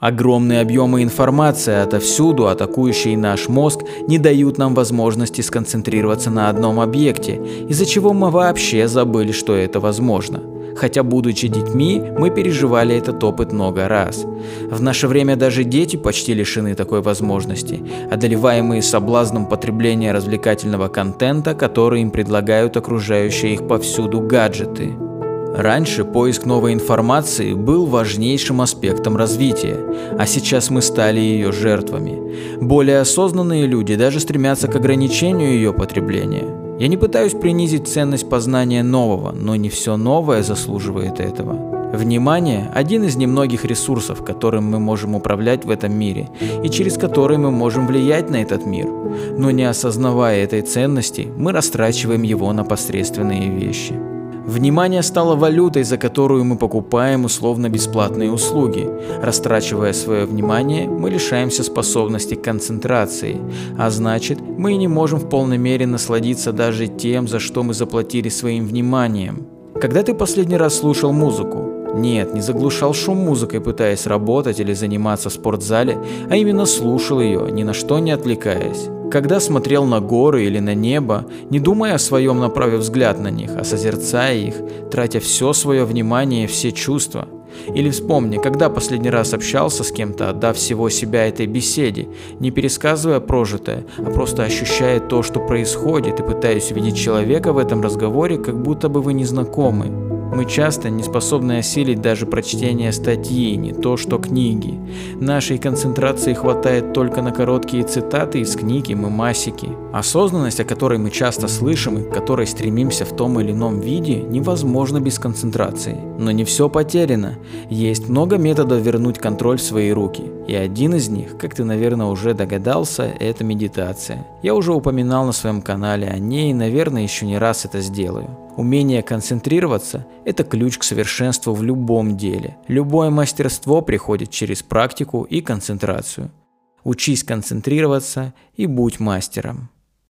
Огромные объемы информации отовсюду, атакующие наш мозг, не дают нам возможности сконцентрироваться на одном объекте, из-за чего мы вообще забыли, что это возможно. Хотя, будучи детьми, мы переживали этот опыт много раз. В наше время даже дети почти лишены такой возможности, одолеваемые соблазном потребления развлекательного контента, который им предлагают окружающие их повсюду гаджеты. Раньше поиск новой информации был важнейшим аспектом развития, а сейчас мы стали ее жертвами. Более осознанные люди даже стремятся к ограничению ее потребления. Я не пытаюсь принизить ценность познания нового, но не все новое заслуживает этого. Внимание – один из немногих ресурсов, которым мы можем управлять в этом мире, и через который мы можем влиять на этот мир. Но не осознавая этой ценности, мы растрачиваем его на посредственные вещи. Внимание стало валютой, за которую мы покупаем условно-бесплатные услуги. Растрачивая свое внимание, мы лишаемся способности к концентрации, а значит, мы не можем в полной мере насладиться даже тем, за что мы заплатили своим вниманием. Когда ты последний раз слушал музыку? Нет, не заглушал шум музыкой, пытаясь работать или заниматься в спортзале, а именно слушал ее, ни на что не отвлекаясь. Когда смотрел на горы или на небо, не думая о своем, направив взгляд на них, а созерцая их, тратя все свое внимание и все чувства. Или вспомни, когда последний раз общался с кем-то, отдав всего себя этой беседе, не пересказывая прожитое, а просто ощущая то, что происходит, и пытаясь увидеть человека в этом разговоре, как будто бы вы не знакомы. Мы часто не способны осилить даже прочтение статьи, не то что книги. Нашей концентрации хватает только на короткие цитаты из книг и мемасики. Осознанность, о которой мы часто слышим и к которой стремимся в том или ином виде, невозможна без концентрации. Но не все потеряно. Есть много методов вернуть контроль в свои руки. И один из них, как ты, наверное, уже догадался, это медитация. Я уже упоминал на своем канале о ней и, наверное, еще не раз это сделаю. Умение концентрироваться – это ключ к совершенству в любом деле. Любое мастерство приходит через практику и концентрацию. Учись концентрироваться и будь мастером.